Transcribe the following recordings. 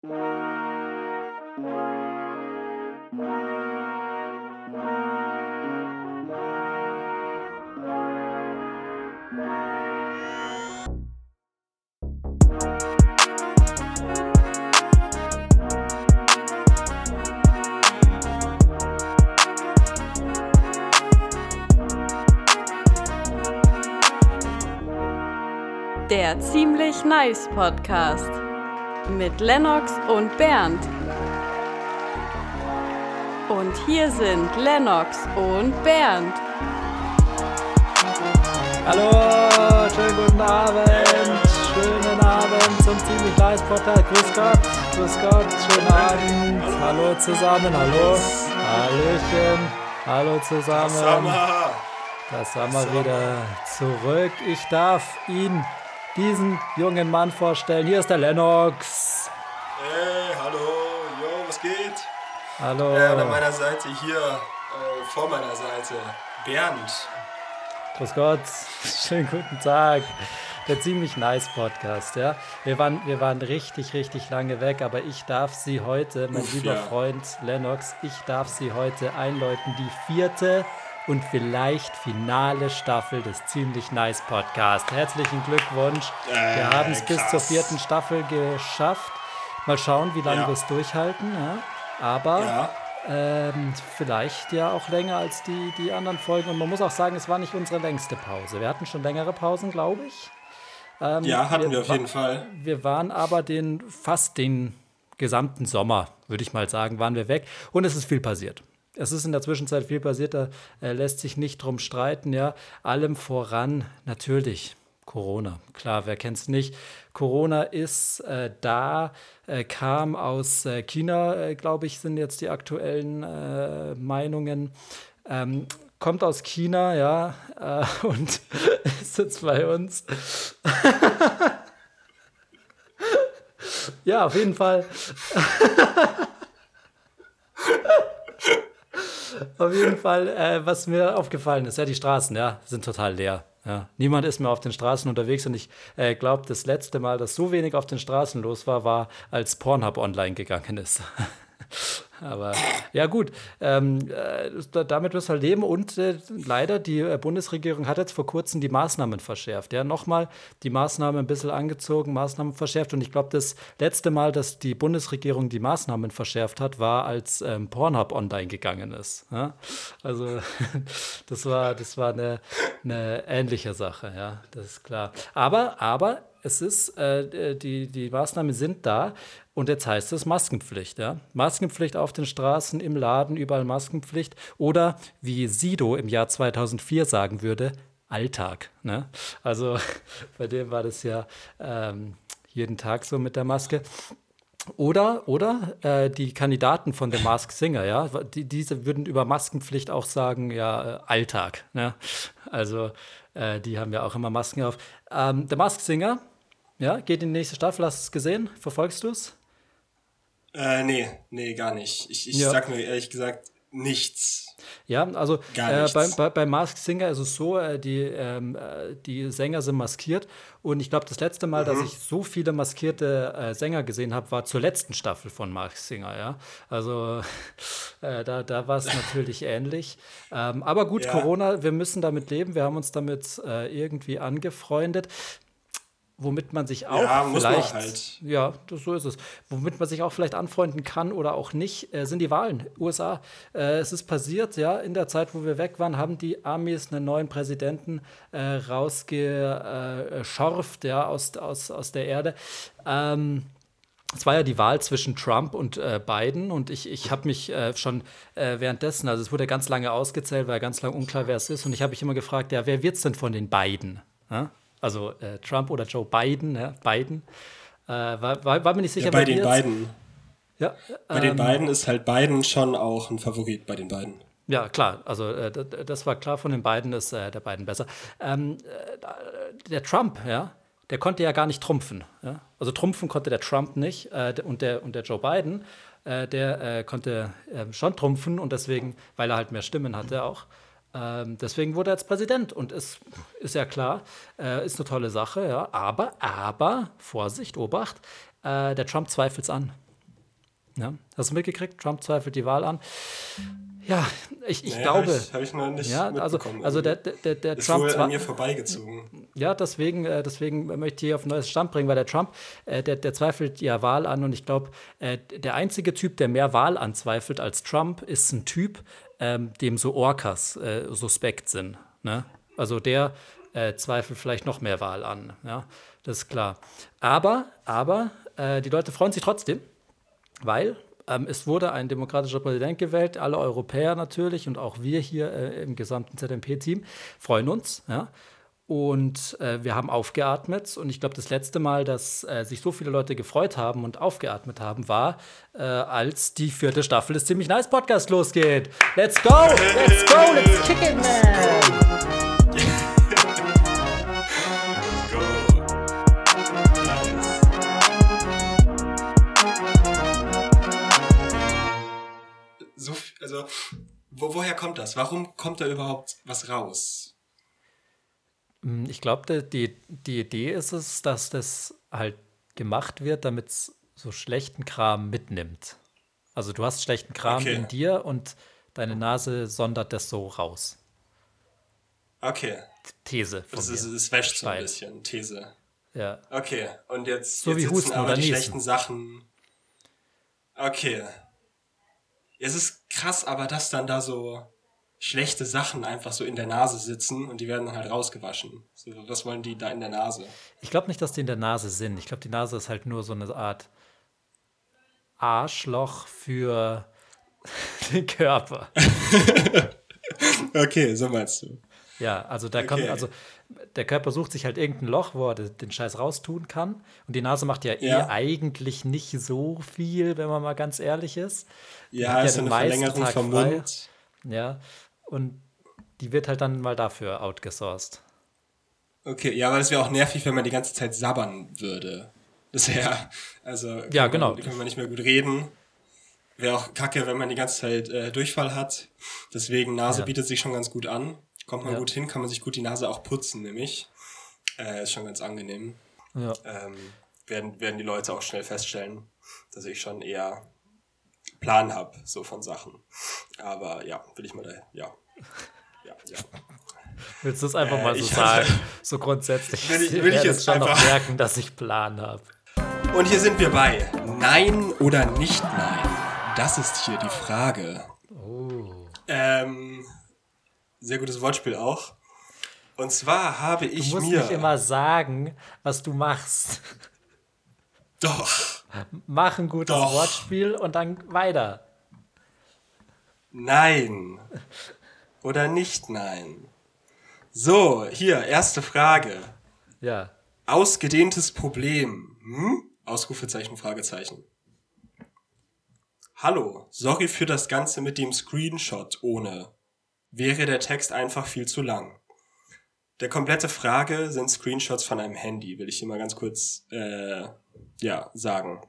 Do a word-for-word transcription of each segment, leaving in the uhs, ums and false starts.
Der Ziemlich Nice Podcast mit Lennox und Bernd. Und hier sind Lennox und Bernd. Hallo, schönen guten Abend, schönen Abend zum Ziemlich Nice Podcast. Grüß Gott, grüß Gott, schönen Abend. Hallo zusammen, hallo, Hallöchen, hallo zusammen. Das haben wir wieder zurück. Ich darf ihn, diesen jungen Mann vorstellen. Hier ist der Lennox. Hey, hallo, yo, was geht? Hallo. Äh, an meiner Seite hier, äh, vor meiner Seite, Bernd. Grüß Gott, schönen guten Tag. Der Ziemlich Nice Podcast, ja. Wir waren, wir waren richtig, richtig lange weg, aber ich darf Sie heute, mein Uff, lieber ja. Freund Lennox, ich darf Sie heute einläuten, die vierte und vielleicht finale Staffel des Ziemlich Nice Podcast. Herzlichen Glückwunsch. Äh, wir haben es bis krass. zur vierten Staffel geschafft. Mal schauen, wie lange Ja. wir es durchhalten. Ja. Aber Ja, ähm, vielleicht ja auch länger als die, die anderen Folgen. Und man muss auch sagen, es war nicht unsere längste Pause. Wir hatten schon längere Pausen, glaube ich. Ähm, ja, hatten wir auf wa- jeden Fall. Wir waren aber den, fast den gesamten Sommer, würde ich mal sagen, waren wir weg. Und es ist viel passiert. Es ist in der Zwischenzeit viel passiert, da äh, lässt sich nicht drum streiten, ja. Allem voran natürlich Corona. Klar, wer kennt es nicht? Corona ist äh, da, äh, kam aus äh, China, äh, glaube ich, sind jetzt die aktuellen äh, Meinungen. Ähm, kommt aus China, ja, äh, und ist jetzt bei uns. Ja, auf jeden Fall. Auf jeden Fall, äh, was mir aufgefallen ist, ja, die Straßen, ja, sind total leer. Ja. Niemand ist mehr auf den Straßen unterwegs und ich äh, glaube, das letzte Mal, dass so wenig auf den Straßen los war, war, als Pornhub online gegangen ist. Aber ja gut, ähm, äh, da- damit müssen wir leben und äh, leider, die äh, Bundesregierung hat jetzt vor kurzem die Maßnahmen verschärft. Ja, nochmal die Maßnahmen ein bisschen angezogen, Maßnahmen verschärft und ich glaube, das letzte Mal, dass die Bundesregierung die Maßnahmen verschärft hat, war, als ähm, Pornhub online gegangen ist. Ja? Also das war, das war eine, eine ähnliche Sache, ja, das ist klar. Aber, aber es ist, äh, die, die Maßnahmen sind da und jetzt heißt es Maskenpflicht. Ja? Maskenpflicht auf den Straßen, im Laden, überall Maskenpflicht. Oder wie Sido im Jahr zweitausendvier sagen würde, Alltag. Ne? Also bei dem war das ja ähm, jeden Tag so mit der Maske. Oder, oder äh, die Kandidaten von The Masked Singer, ja, die, diese würden über Maskenpflicht auch sagen, ja, äh, Alltag. Ne? Also äh, die haben ja auch immer Masken auf. Ähm, The Masked Singer, ja, geht in die nächste Staffel, hast du es gesehen? Verfolgst du es? Äh, nee, nee, gar nicht. Ich, ich Ja. sag mir ehrlich gesagt nichts. Ja, also Gar äh, nichts. bei, bei, bei Masked Singer ist es so, äh, die, ähm, äh, die Sänger sind maskiert. Und ich glaube, das letzte Mal, dass ich so viele maskierte äh, Sänger gesehen habe, war zur letzten Staffel von Masked Singer. Ja? Also äh, da, da war es natürlich ähnlich. Ähm, aber gut, Ja. Corona, wir müssen damit leben. Wir haben uns damit äh, irgendwie angefreundet. Womit man sich auch Ja, muss man vielleicht, halt. ja, das, so ist es, womit man sich auch vielleicht anfreunden kann oder auch nicht, äh, sind die Wahlen. U S A, äh, es ist passiert, ja, in der Zeit, wo wir weg waren, haben die Amis einen neuen Präsidenten äh, rausgeschorft, ja, aus, aus, aus der Erde. Ähm, Es war ja die Wahl zwischen Trump und äh, Biden und ich, ich habe mich äh, schon äh, währenddessen, also es wurde ganz lange ausgezählt, war ganz lange unklar, wer es ist und ich habe mich immer gefragt, ja, wer wird's denn von den beiden? Ja? Also äh, Trump oder Joe Biden, ja? Biden. Äh, war, war, war mir nicht sicher, Ja, bei wer den jetzt- beiden. Ja, Bei den beiden ist halt Biden schon auch ein Favorit bei den beiden. ja, klar, also äh, d- d- das war klar, von den beiden ist äh, der Biden besser. Ähm, äh, der Trump, ja, der konnte ja gar nicht trumpfen. Ja? Also trumpfen konnte der Trump nicht äh, und, der, und der Joe Biden, äh, der äh, konnte äh, schon trumpfen und deswegen, weil er halt mehr Stimmen hatte auch. Ähm, deswegen wurde er jetzt Präsident und es ist ja klar, äh, ist eine tolle Sache, ja. Aber, aber, Vorsicht, Obacht, äh, der Trump zweifelt es an. Ja, hast du mitgekriegt? Trump zweifelt die Wahl an. Ja, ich, ich naja, glaube. Habe ich, hab ich noch nicht ja, also, mitbekommen. also der, der, der ist Trump wohl zwar, an mir vorbeigezogen. Ja, deswegen, äh, deswegen möchte ich hier auf ein neues Stand bringen, weil der Trump, äh, der, der zweifelt ja Wahl an und ich glaube, äh, der einzige Typ, der mehr Wahl anzweifelt als Trump, ist ein Typ, ähm, dem so Orcas äh, suspekt sind. Ne? Also der äh, zweifelt vielleicht noch mehr Wahl an. Ja, das ist klar. Aber, aber äh, die Leute freuen sich trotzdem, weil ähm, es wurde ein demokratischer Präsident gewählt, alle Europäer natürlich und auch wir hier äh, im gesamten Z M P-Team freuen uns. Ja? Und äh, wir haben aufgeatmet. Und ich glaube, das letzte Mal, dass äh, sich so viele Leute gefreut haben und aufgeatmet haben, war, äh, als die vierte Staffel des Ziemlich Nice Podcast losgeht. Let's go! Let's go! Let's kick it, man! So, also, wo, woher kommt das? Warum kommt da überhaupt was raus? Ich glaube, die, die Idee ist es, dass das halt gemacht wird, damit es so schlechten Kram mitnimmt. Also du hast schlechten Kram Okay. in dir und deine Nase sondert das so raus. Okay, These von das ist, mir. es wäscht so ein Steil. bisschen, These. Ja. Okay, und jetzt, So jetzt wie sitzen Husten aber oder die Niesen. schlechten Sachen. Okay. Es ist krass, aber dass dann da so schlechte Sachen einfach so in der Nase sitzen und die werden dann halt rausgewaschen. So, was wollen die da in der Nase? Ich glaube nicht, dass die in der Nase sind. Ich glaube, die Nase ist halt nur so eine Art Arschloch für den Körper. Okay, so meinst du. Ja, also da kommt, Okay. also der Körper sucht sich halt irgendein Loch, wo er de- den Scheiß raustun kann. Und die Nase macht ja eh Ja. eigentlich nicht so viel, wenn man mal ganz ehrlich ist. Die Ja, hat ja ist so den eine meisten Verlängerung Tag vom frei. Mund. Ja, und die wird halt dann mal dafür outgesourced. Okay, ja, aber das wäre auch nervig, wenn man die ganze Zeit sabbern würde. Das wäre, also, Ja, kann genau. Man, kann man nicht mehr gut reden. Wäre auch kacke, wenn man die ganze Zeit äh, Durchfall hat. Deswegen, Nase Ja. bietet sich schon ganz gut an. Kommt man Ja. gut hin, kann man sich gut die Nase auch putzen, nämlich. Äh, ist schon ganz angenehm. Ja. Ähm, werden, werden die Leute auch schnell feststellen, dass ich schon eher Plan habe, so von Sachen. Aber ja, will ich mal da, ja. Ja, ja. Willst du es einfach Äh, mal so ich- sagen? So grundsätzlich. Will ich- Sie will ich werden jetzt schon noch einfach- merken, dass ich Plan habe. Und hier sind wir bei Nein oder nicht Nein. Das ist hier die Frage. Oh. Ähm, sehr gutes Wortspiel auch. Und zwar habe Du ich musst mir... nicht immer sagen, was du machst. Doch. Mach ein gutes Doch. Wortspiel und dann weiter. Nein. Oder nicht nein. So, hier, erste Frage. Ja. Ausgedehntes Problem. Hm? Ausrufezeichen, Fragezeichen. Hallo, sorry für das Ganze mit dem Screenshot ohne. Wäre der Text einfach viel zu lang. Der komplette Frage sind Screenshots von einem Handy, will ich hier mal ganz kurz äh, ja, sagen.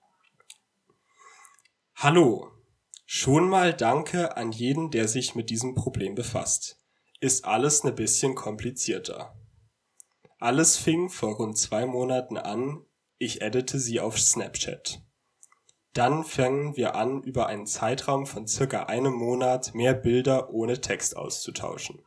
Hallo, schon mal danke an jeden, der sich mit diesem Problem befasst. Ist alles ne bisschen komplizierter. Alles fing vor rund zwei Monaten an, ich edite sie auf Snapchat. Dann fangen wir an, über einen Zeitraum von circa einem Monat mehr Bilder ohne Text auszutauschen.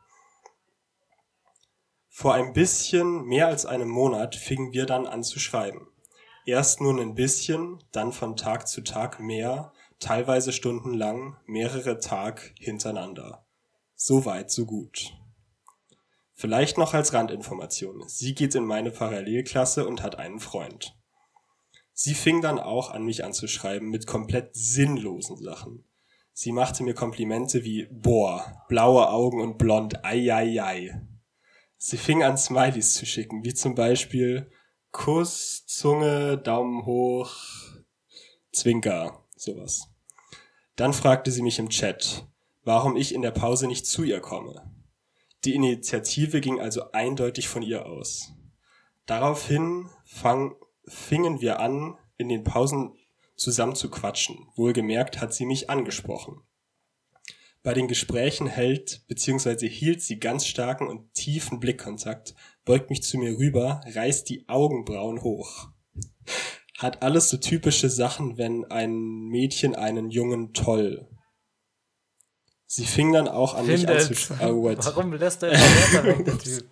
Vor ein bisschen mehr als einem Monat fingen wir dann an zu schreiben. Erst nur ein bisschen, dann von Tag zu Tag mehr, teilweise stundenlang, mehrere Tag hintereinander. So weit, so gut. Vielleicht noch als Randinformation. Sie geht in meine Parallelklasse und hat einen Freund. Sie fing dann auch an, mich anzuschreiben mit komplett sinnlosen Sachen. Sie machte mir Komplimente wie, boah, blaue Augen und blond, ei, ei, ei. Sie fing an, Smileys zu schicken, wie zum Beispiel Kuss, Zunge, Daumen hoch, Zwinker, sowas. Dann fragte sie mich im Chat, warum ich in der Pause nicht zu ihr komme. Die Initiative ging also eindeutig von ihr aus. Daraufhin fang, fingen wir an, in den Pausen zusammen zu quatschen. Wohlgemerkt hat sie mich angesprochen. Bei den Gesprächen hält bzw. hielt sie ganz starken und tiefen Blickkontakt, beugt mich zu mir rüber, reißt die Augenbrauen hoch. Hat alles so typische Sachen, wenn ein Mädchen einen Jungen toll. Sie fing dann auch an, mich Findet. anzuschreiben. Oh, Warum lässt er immer Wörter weg, der Typ?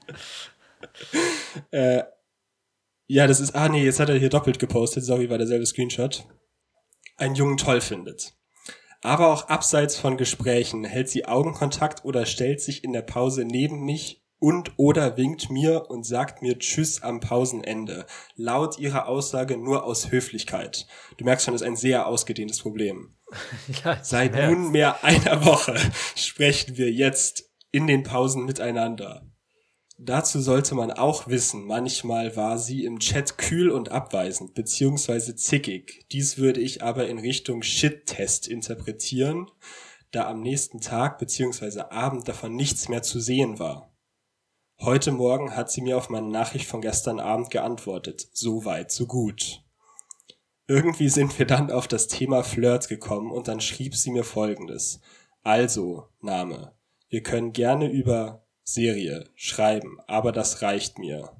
äh, ja, das ist, ah nee, jetzt hat er hier doppelt gepostet, sorry, war derselbe Screenshot. Einen Jungen toll findet. Aber auch abseits von Gesprächen hält sie Augenkontakt oder stellt sich in der Pause neben mich und oder winkt mir und sagt mir Tschüss am Pausenende. Laut ihrer Aussage nur aus Höflichkeit. Du merkst schon, das ist ein sehr ausgedehntes Problem. Ja, Seit merk's. nunmehr einer Woche sprechen wir jetzt in den Pausen miteinander. Dazu sollte man auch wissen, manchmal war sie im Chat kühl und abweisend, beziehungsweise zickig. Dies würde ich aber in Richtung Shit-Test interpretieren, da am nächsten Tag beziehungsweise Abend davon nichts mehr zu sehen war. Heute Morgen hat sie mir auf meine Nachricht von gestern Abend geantwortet. So weit, so gut. Irgendwie sind wir dann auf das Thema Flirt gekommen und dann schrieb sie mir Folgendes. Also, Name. Wir können gerne über Serie schreiben, aber das reicht mir.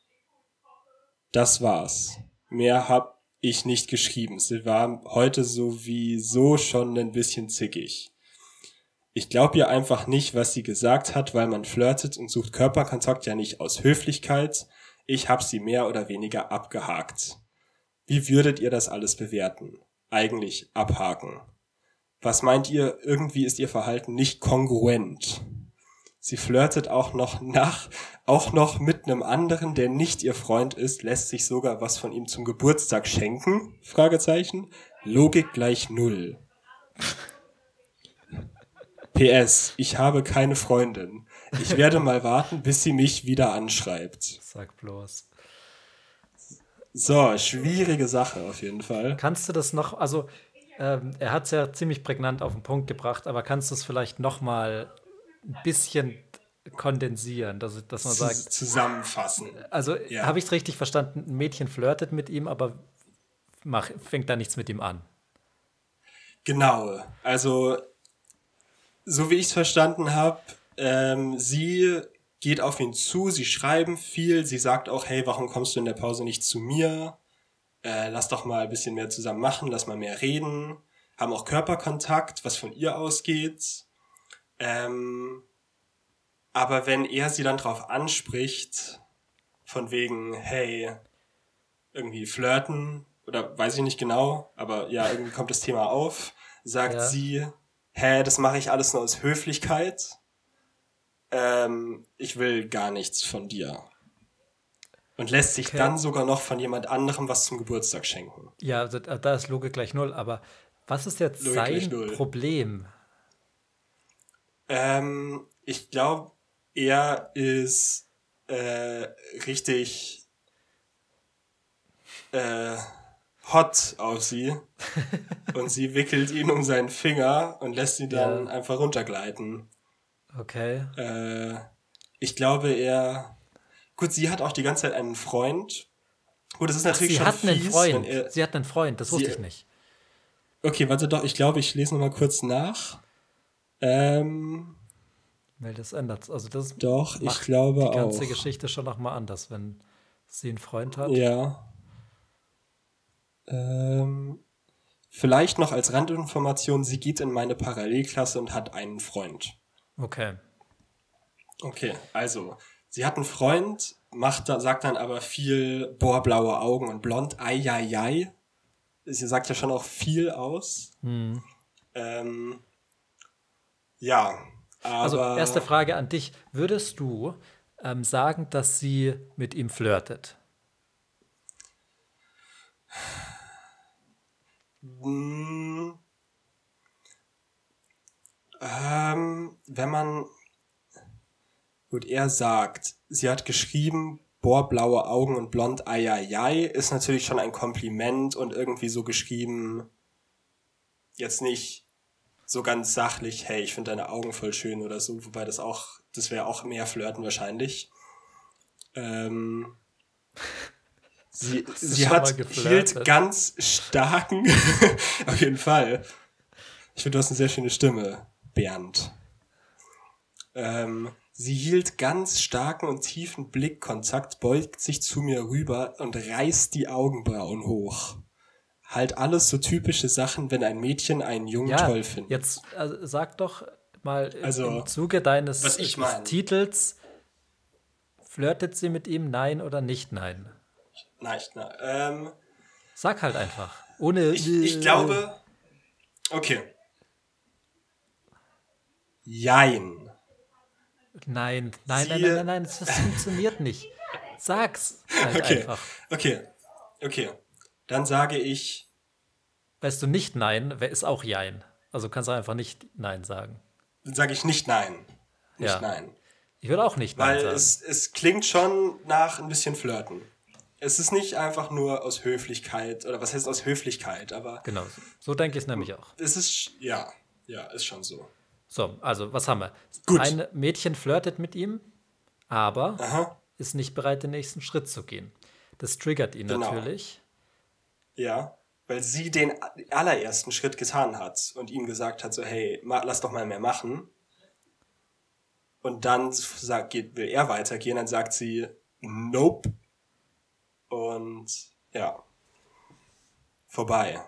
Das war's. Mehr hab ich nicht geschrieben. Sie war heute sowieso schon ein bisschen zickig. Ich glaube ihr einfach nicht, was sie gesagt hat, weil man flirtet und sucht Körperkontakt ja nicht aus Höflichkeit. Ich hab sie mehr oder weniger abgehakt. Wie würdet ihr das alles bewerten? Eigentlich abhaken. Was meint ihr, irgendwie ist ihr Verhalten nicht kongruent? Sie flirtet auch noch nach, auch noch mit einem anderen, der nicht ihr Freund ist, lässt sich sogar was von ihm zum Geburtstag schenken? Fragezeichen. Logik gleich null. P S. Ich habe keine Freundin. Ich werde mal warten, bis sie mich wieder anschreibt. Sag bloß. So, schwierige Sache auf jeden Fall. Kannst du das noch, also ähm, er hat es ja ziemlich prägnant auf den Punkt gebracht, aber kannst du es vielleicht noch mal ein bisschen kondensieren, dass, dass man sagt, Zusammenfassen. also Ja. habe ich es richtig verstanden, ein Mädchen flirtet mit ihm, aber mach, fängt da nichts mit ihm an. Genau, also so wie ich es verstanden habe, ähm, sie geht auf ihn zu, sie schreiben viel, sie sagt auch, hey, warum kommst du in der Pause nicht zu mir? Äh, lass doch mal ein bisschen mehr zusammen machen, lass mal mehr reden. Haben auch Körperkontakt, was von ihr ausgeht. Ähm, aber wenn er sie dann drauf anspricht, von wegen, hey, irgendwie flirten, oder weiß ich nicht genau, aber ja, irgendwie kommt das Thema auf, sagt Ja. sie, hä, das mache ich alles nur aus Höflichkeit. Ähm, ich will gar nichts von dir. Und lässt sich Okay. dann sogar noch von jemand anderem was zum Geburtstag schenken. Ja, also, da da ist Logik gleich null, aber was ist jetzt Logik gleich sein null. Problem? Ähm, ich glaube, er ist äh, richtig äh, hot auf sie und sie wickelt ihn um seinen Finger und lässt sie dann Ja. einfach runtergleiten. Okay. Äh, ich glaube, er... Gut, sie hat auch die ganze Zeit einen Freund. Gut, das ist natürlich Sie schon hat einen fies, Freund. wenn er... Sie hat einen Freund, das wusste Sie- ich nicht. Okay, warte doch, ich glaube, ich lese nochmal kurz nach. Ähm, Weil das ändert. Also das doch, ich macht glaube die ganze auch. Geschichte schon noch mal anders, wenn sie einen Freund hat. Ja. Ähm, vielleicht noch als Randinformation, sie geht in meine Parallelklasse und hat einen Freund. Okay. Okay, also, sie hat einen Freund, macht da, sagt dann aber viel, boah, blaue Augen und blond, ai, ai, ai. Sie sagt ja schon auch viel aus. Hm. Ähm, ja, aber... Also erste Frage an dich. Würdest du ähm, sagen, dass sie mit ihm flirtet? Mm, ähm, wenn man, gut, er sagt, sie hat geschrieben, boah, blaue Augen und blond, ai, ai, ai, ist natürlich schon ein Kompliment und irgendwie so geschrieben, jetzt nicht so ganz sachlich, hey, ich finde deine Augen voll schön oder so, wobei das auch, das wäre auch mehr Flirten wahrscheinlich. Ähm, sie du sie schon mal hat geflirtet? hielt ganz starken, auf jeden Fall. Ich finde, du hast eine sehr schöne Stimme, Bernd. Ähm, Sie hielt ganz starken und tiefen Blickkontakt, beugt sich zu mir rüber und reißt die Augenbrauen hoch. Halt alles so typische Sachen, wenn ein Mädchen einen Jungen Ja, toll findet. jetzt also, sag doch mal im, Also, im Zuge deines was ich des mein. Titels, flirtet sie mit ihm, nein oder nicht nein? Nein, nein. Ähm, Sag halt einfach. Ohne. ich, ich glaube. Okay. Jein. Nein, nein, Sie- nein, nein, nein, nein, das, das funktioniert nicht. Sag's halt Okay. einfach. Okay. Okay. Dann sage ich. Weißt du, nicht nein, wer ist auch jein. Also kannst du einfach nicht nein sagen. Dann sage ich nicht nein. Nicht Ja. nein. Ich würde auch nicht nein Weil sagen. es, es klingt schon nach ein bisschen Flirten. Es ist nicht einfach nur aus Höflichkeit, oder was heißt aus Höflichkeit, aber Genau, so, so denke ich es nämlich auch. es ist, ja, ja, ist schon so. So, also, was haben wir? Gut. Ein Mädchen flirtet mit ihm, aber Aha, ist nicht bereit, den nächsten Schritt zu gehen. Das triggert ihn Genau. natürlich. ja, weil sie den allerersten Schritt getan hat und ihm gesagt hat, so, hey, ma, lass doch mal mehr machen. Und dann sagt, geht, will er weitergehen, dann sagt sie, nope. Und ja, vorbei.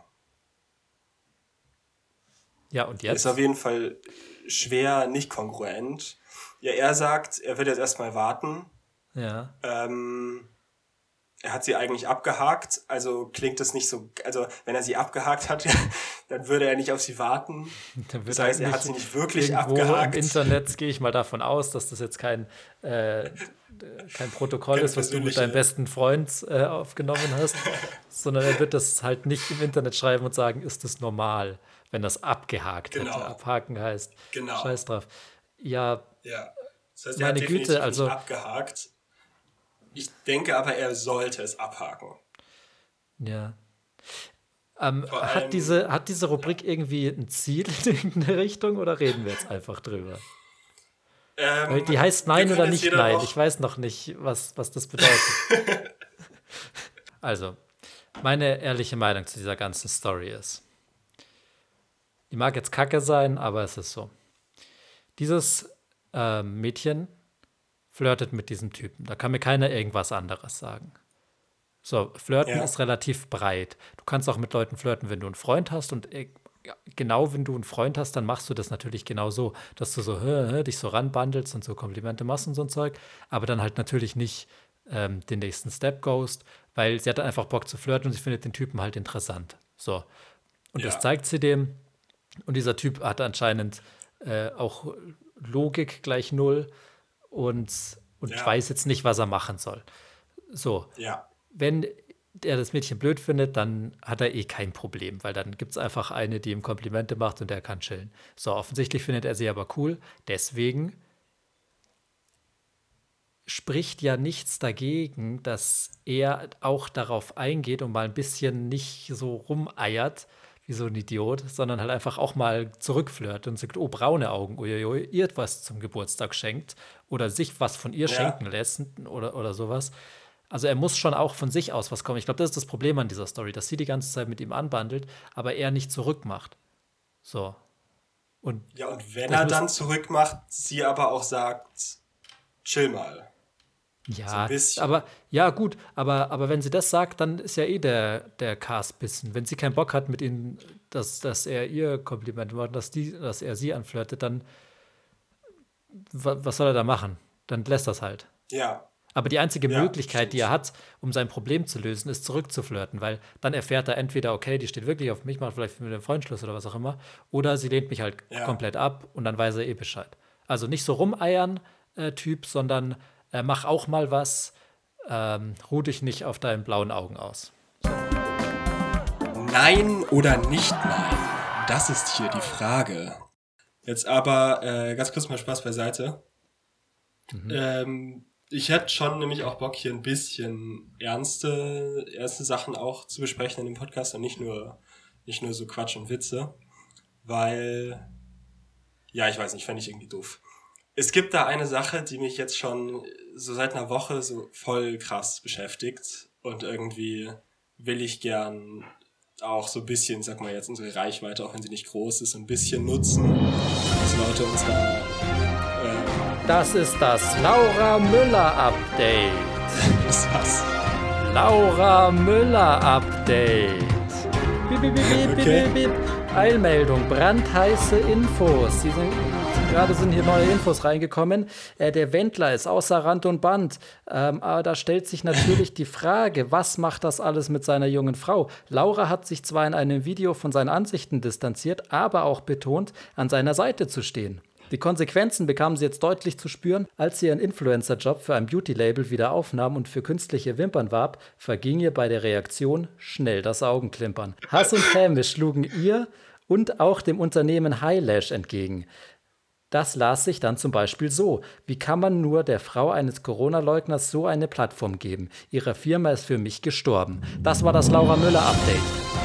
Ja, und jetzt? Ist auf jeden Fall schwer nicht kongruent. Ja, er sagt, er wird jetzt erstmal warten. Ja, Ähm, er hat sie eigentlich abgehakt, also klingt das nicht so, also wenn er sie abgehakt hat, dann würde er nicht auf sie warten. dann wird Das heißt, er eigentlich hat sie nicht wirklich irgendwo abgehakt. im Internet, gehe ich mal davon aus, dass das jetzt kein, äh, kein Protokoll Keine ist, was du mit persönliche- deinem besten Freund äh, aufgenommen hast, sondern er wird das halt nicht im Internet schreiben und sagen, ist das normal, wenn das abgehakt Genau. hätte. Abhaken heißt, Genau. scheiß drauf. Ja, Ja. Das heißt, Meine er hat definitiv Güte, also- nicht abgehakt. Ich denke aber, er sollte es abhaken. ja. Ähm, Vor allem- hat, diese, hat diese Rubrik irgendwie ein Ziel in irgendeine Richtung oder reden wir jetzt einfach drüber? Ähm, Weil die heißt wir Nein können oder jetzt nicht jeder Nein. noch- Ich weiß noch nicht, was, was das bedeutet. Also, meine ehrliche Meinung zu dieser ganzen Story ist, die mag jetzt kacke sein, aber es ist so. Dieses ähm, Mädchen flirtet mit diesem Typen. Da kann mir keiner irgendwas anderes sagen. So, flirten Ja. ist relativ breit. Du kannst auch mit Leuten flirten, wenn du einen Freund hast und äh, ja, genau wenn du einen Freund hast, dann machst du das natürlich genau so, dass du so hä, hä, dich so ranbandelst und so Komplimente machst und so ein Zeug, aber dann halt natürlich nicht ähm, den nächsten Step ghost, weil sie hat dann einfach Bock zu flirten und sie findet den Typen halt interessant. So. Und das Ja. zeigt sie dem. Und dieser Typ hat anscheinend äh, auch Logik gleich null und, und Ja. weiß jetzt nicht, was er machen soll. So, Ja. wenn er das Mädchen blöd findet, dann hat er eh kein Problem, weil dann gibt es einfach eine, die ihm Komplimente macht und der kann chillen. So, offensichtlich findet er sie aber cool. Deswegen spricht ja nichts dagegen, dass er auch darauf eingeht und mal ein bisschen nicht so rumeiert wie so ein Idiot, sondern halt einfach auch mal zurückflirtet und sagt, oh, braune Augen, uiuiui, ihr etwas zum Geburtstag schenkt oder sich was von ihr Ja. schenken lässt oder, oder sowas. Also er muss schon auch von sich aus was kommen. Ich glaube, das ist das Problem an dieser Story, dass sie die ganze Zeit mit ihm anbandelt, aber er nicht zurückmacht. So. Und Ja, und wenn Das er muss- dann zurückmacht, sie aber auch sagt, chill mal. ja, bisschen. aber ja, gut, aber, aber wenn sie das sagt, dann ist ja eh der, der Cast bissen. Wenn sie keinen Bock hat mit ihm, dass, dass er ihr Komplimente macht, dass, die, dass er sie anflirtet, dann wa- was soll er da machen? Dann lässt das halt. Ja, Aber die einzige Ja, Möglichkeit, die stimmt. er hat, um sein Problem zu lösen, ist zurückzuflirten, weil dann erfährt er entweder, okay, die steht wirklich auf mich, macht vielleicht mit dem Freund Schluss oder was auch immer, oder sie lehnt mich halt Ja. komplett ab und dann weiß er eh Bescheid. Also nicht so rumeiern, äh, Typ, sondern äh, mach auch mal was, ähm, ruh dich nicht auf deinen blauen Augen aus. nein oder nicht nein? Das ist hier die Frage. Jetzt aber äh, ganz kurz mal Spaß beiseite. Ähm, ich hätte schon nämlich auch Bock, hier ein bisschen ernste, ernste Sachen auch zu besprechen in dem Podcast und nicht nur, nicht nur so Quatsch und Witze. Weil, ja, ich weiß nicht, fände ich irgendwie doof. Es gibt da eine Sache, die mich jetzt schon so seit einer Woche so voll krass beschäftigt und irgendwie will ich gern auch so ein bisschen, sag mal jetzt, unsere Reichweite, auch wenn sie nicht groß ist, ein bisschen nutzen, dass Leute uns da äh, Das ist das Laura Müller Update. Was ist was? Laura Müller Update. Bip, bip, bip, Okay. bip, bip. Eilmeldung, brandheiße Infos. Die sind, gerade sind hier neue Infos reingekommen. Äh, der Wendler ist außer Rand und Band. Ähm, aber da stellt sich natürlich die Frage, was macht das alles mit seiner jungen Frau? Laura hat sich zwar in einem Video von seinen Ansichten distanziert, aber auch betont, an seiner Seite zu stehen. Die Konsequenzen bekamen sie jetzt deutlich zu spüren, als sie ihren Influencer-Job für ein Beauty-Label wieder aufnahm und für künstliche Wimpern warb, verging ihr bei der Reaktion schnell das Augenklimpern. Hass und Häme schlugen ihr und auch dem Unternehmen Highlash entgegen. Das las sich dann zum Beispiel so: Wie kann man nur der Frau eines Corona-Leugners so eine Plattform geben? Ihre Firma ist für mich gestorben. Das war das Laura Müller-Update.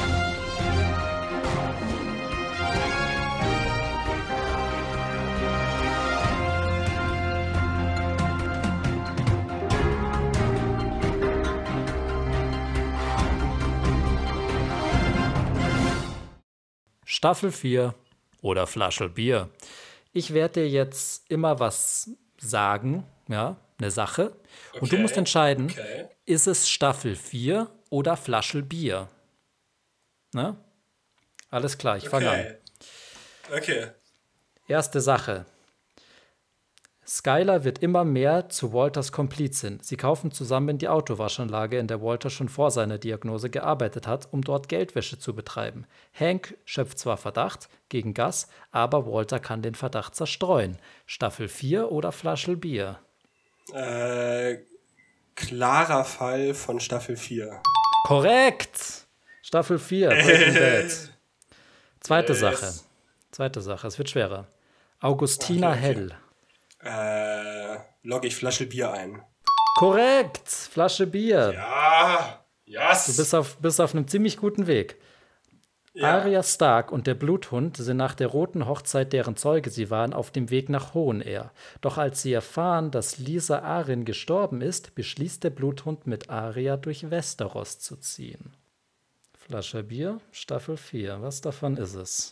Staffel vier oder Flasche Bier. Ich werde dir jetzt immer was sagen, ja, eine Sache. Und du Okay, musst entscheiden, okay. ist es Staffel vier oder Flasche Bier? Ne? Alles klar, ich fange an. Okay. Okay. Erste Sache. Skylar wird immer mehr zu Walters Komplizin. Sie kaufen zusammen die Autowaschanlage, in der Walter schon vor seiner Diagnose gearbeitet hat, um dort Geldwäsche zu betreiben. Hank schöpft zwar Verdacht gegen Gus, aber Walter kann den Verdacht zerstreuen. Staffel vier oder Flasche Bier? Äh, klarer Fall von Staffel vier. Korrekt! Staffel vier, Breaking Bad. Zweite Yes. Sache. Zweite Sache, es wird schwerer. Augustina Okay, okay. Hell. Äh, logge ich Flasche Bier ein. Korrekt! Flasche Bier. Ah, yes. Du bist auf, bist auf einem ziemlich guten Weg. Ja. Arya Stark und der Bluthund sind nach der roten Hochzeit, deren Zeuge sie waren, auf dem Weg nach Hohenair. Doch als sie erfahren, dass Lisa Arryn gestorben ist, beschließt der Bluthund, mit Arya durch Westeros zu ziehen. Flasche Bier, Staffel vier. Was davon ist es?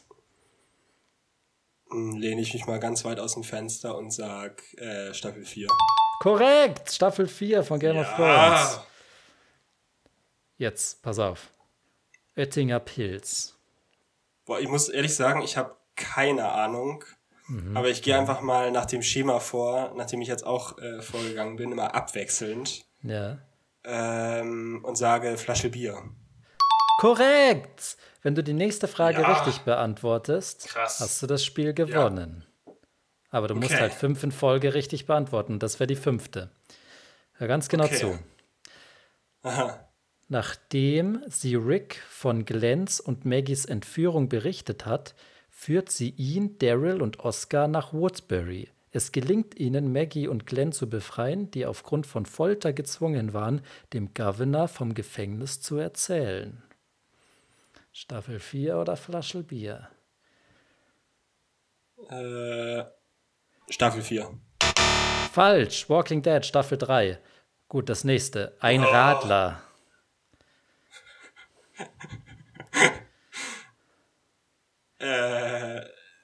Hm, lehne ich mich mal ganz weit aus dem Fenster und sag äh, Staffel vier. Korrekt! Staffel vier von Game of Thrones. Ah, Jetzt, pass auf. Oettinger Pilz. boah, ich muss ehrlich sagen, ich habe keine Ahnung. Aber ich gehe einfach mal nach dem Schema vor, nachdem ich jetzt auch äh, vorgegangen bin, immer abwechselnd Ja. ähm, und sage Flasche Bier. Korrekt! Wenn du die nächste Frage Ja. richtig beantwortest, Krass. hast du das Spiel gewonnen. Aber du musst Okay. halt fünf in Folge richtig beantworten. Das wäre die fünfte. Hör ganz genau Okay. zu. Aha. Nachdem sie Rick von Glens und Maggies Entführung berichtet hat, führt sie ihn, Daryl und Oscar nach Woodsbury. Es gelingt ihnen, Maggie und Glenn zu befreien, die aufgrund von Folter gezwungen waren, dem Governor vom Gefängnis zu erzählen. Staffel vier oder Flasche Bier? Äh, Staffel vier. Falsch. Walking Dead, Staffel drei. Gut, das nächste. Ein Radler. Äh,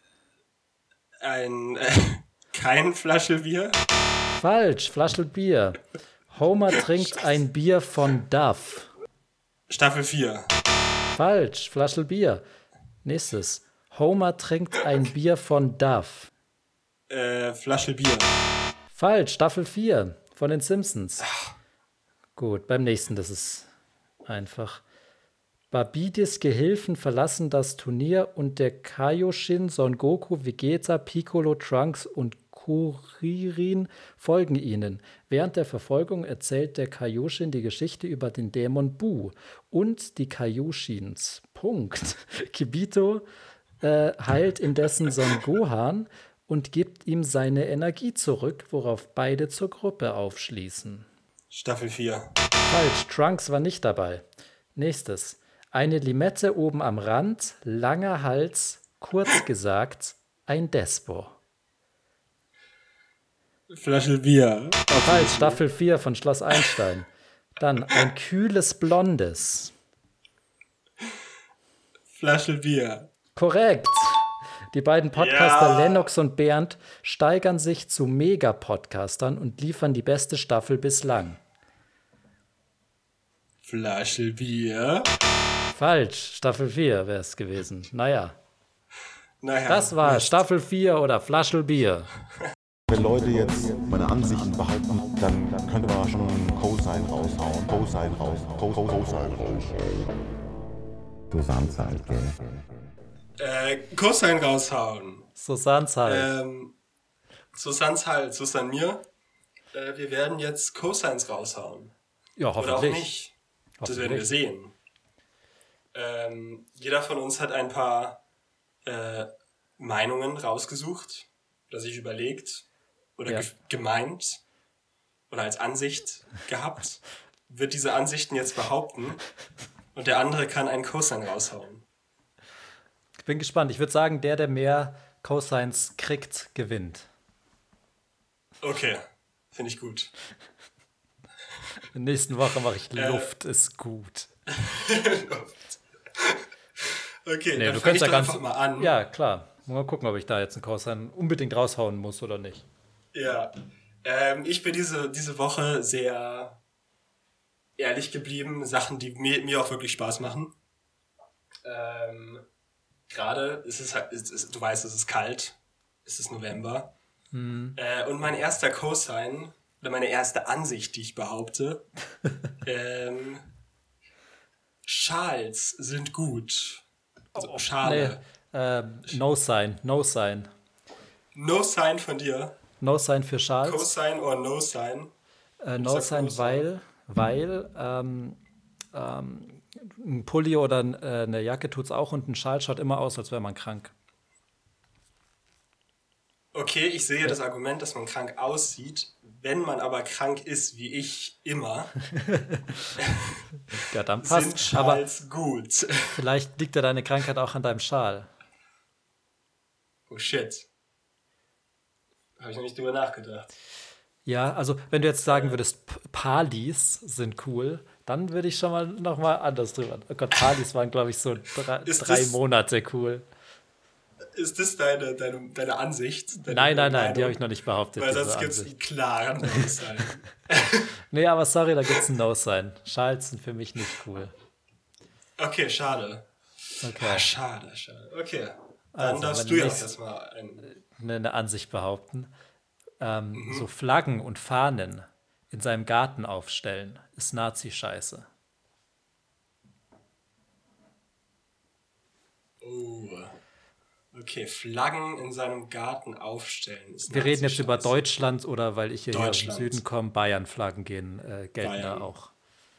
ein, äh, kein Flasche Bier. Falsch. Flasche Bier. Homer trinkt ein Bier von Duff. Staffel vier. Falsch. Flasche Bier. Nächstes. Homer trinkt ein Bier von Duff. Äh, Flasche Bier. Falsch. Staffel vier von den Simpsons. Gut, beim nächsten, das ist einfach. Babidis Gehilfen verlassen das Turnier und der Kaioshin, Son Goku, Vegeta, Piccolo, Trunks und Kuririn folgen ihnen. Während der Verfolgung erzählt der Kaioshin die Geschichte über den Dämon Bu und die Kaioshins. Punkt. Kibito äh, heilt indessen Son Gohan und gibt ihm seine Energie zurück, worauf beide zur Gruppe aufschließen. Staffel vier. Falsch, Trunks war nicht dabei. Nächstes. Eine Limette oben am Rand, langer Hals, kurz gesagt, ein Despo. Flasche Bier. Falsch, Staffel vier von Schloss Einstein. Dann ein kühles Blondes. Flasche Bier. Korrekt. Die beiden Podcaster Ja. Lennox und Bernd steigern sich zu Mega-Podcastern und liefern die beste Staffel bislang. Flasche Bier. Falsch, Staffel vier wäre es gewesen. Naja, Naja, das war Mist. Staffel vier oder Flaschel Bier. Wenn Leute jetzt meine Ansichten behaupten, dann, dann könnte man schon einen Cosine raushauen. Cosine raushauen. Co- Co- Cosine raushauen. Du sagst halt, gell? Äh, Cosine raushauen. Susanne's halt. Ähm, Susanne's halt, Susanne mir. Äh, wir werden jetzt Cosines raushauen. ja, Oder auch hoffentlich. nicht. Das Hoffentlich. werden wir sehen. Ähm, jeder von uns hat ein paar äh, Meinungen rausgesucht oder sich überlegt oder Ja. ge- gemeint oder als Ansicht gehabt, wird diese Ansichten jetzt behaupten und der andere kann einen Cosine raushauen. Ich bin gespannt. Ich würde sagen, der, der mehr Cosines kriegt, gewinnt. Okay, finde ich gut. In der nächsten Woche mache ich Luft ist gut. Okay, Nee, dann du fange könntest ich ja doch ganz. einfach mal an. Ja, klar. Mal gucken, ob ich da jetzt einen Cosine unbedingt raushauen muss oder nicht. Ja, ähm, ich bin diese, diese Woche sehr ehrlich geblieben. Sachen, die mir, mir auch wirklich Spaß machen. Ähm, Gerade ist es halt, ist, ist, du weißt, es ist kalt. Es ist November. Äh, und mein erster Cosine, oder meine erste Ansicht, die ich behaupte, ähm, Schals sind gut. Also Schale. Nee, ähm, no sign, no sign. No Sign von dir. No sign für Charles. Cosine or No Sign. Äh, no sag sign, Cosine. weil, weil ähm, ähm, ein Pulli oder ein, äh, eine Jacke tut es auch und ein Schal schaut immer aus, als wäre man krank. Okay, ich sehe das Argument, dass man krank aussieht. Wenn man aber krank ist, wie ich immer, Ja, dann sind passt. Aber Schals gut. vielleicht liegt ja deine Krankheit auch an deinem Schal. Oh shit. Habe ich noch nicht drüber nachgedacht. Ja, also wenn du jetzt sagen würdest, P- Palis sind cool, dann würde ich schon mal noch mal anders drüber. Oh Gott, Palis waren, glaube ich, so drei, Ist drei das- Monate cool. Ist das deine, deine, deine Ansicht? Deine Nein, nein, nein, Meinung? die habe ich noch nicht behauptet. Weil diese sonst gibt es einen Ansicht. klaren No Sign. Nee, aber sorry, da gibt es ein No sein. Schals sind für mich nicht cool. Okay, schade. Okay, Ah, schade, schade. Okay. Dann Also, darfst wenn du ja nächst- erstmal ein. eine, eine Ansicht behaupten. Ähm, Mhm. So Flaggen und Fahnen in seinem Garten aufstellen, ist Nazi-Scheiße. Oh. Okay, Flaggen in seinem Garten aufstellen. Ist Wir reden jetzt über Nazi-Scheiße. Deutschland oder weil ich hier, hier aus dem Deutschland. Süden komme, Bayern-Flaggen gehen, äh, gelten Bayern. da auch.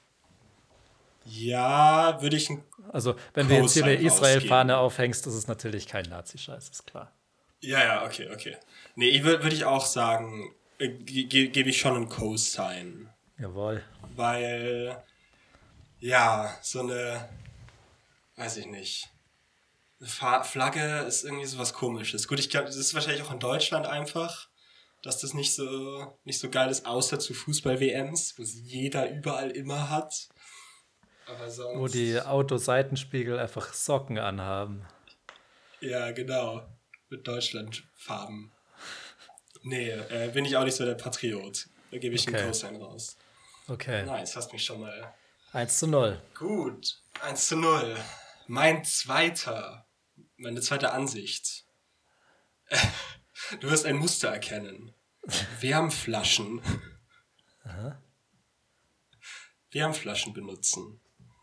Ja, würde ich. ein- Also, wenn du jetzt hier eine Cosine Israel-Fahne aufhängst, ist es natürlich kein Nazi-Scheiß, ist klar. Ja, ja, okay, okay. Nee, ich würde würd ich auch sagen, äh, ge ge- gebe ich schon einen Cosine. Jawohl. Weil, ja, so eine, weiß ich nicht, eine Fa Flagge ist irgendwie so was Komisches. Gut, ich glaube, das ist wahrscheinlich auch in Deutschland einfach, dass das nicht so, nicht so geil ist, außer zu Fußball-W Ms, wo es jeder überall immer hat. Aber sonst. Wo die Autoseitenspiegel einfach Socken anhaben. Ja, genau. Mit Deutschlandfarben. Nee, äh, bin ich auch nicht so der Patriot. Da gebe ich Okay. einen Cosine raus. Okay. Nice, hast mich schon mal. eins zu null. Gut, eins zu null. Mein zweiter, meine zweite Ansicht. Du wirst ein Muster erkennen. Wärmflaschen. Wärmflaschen benutzen.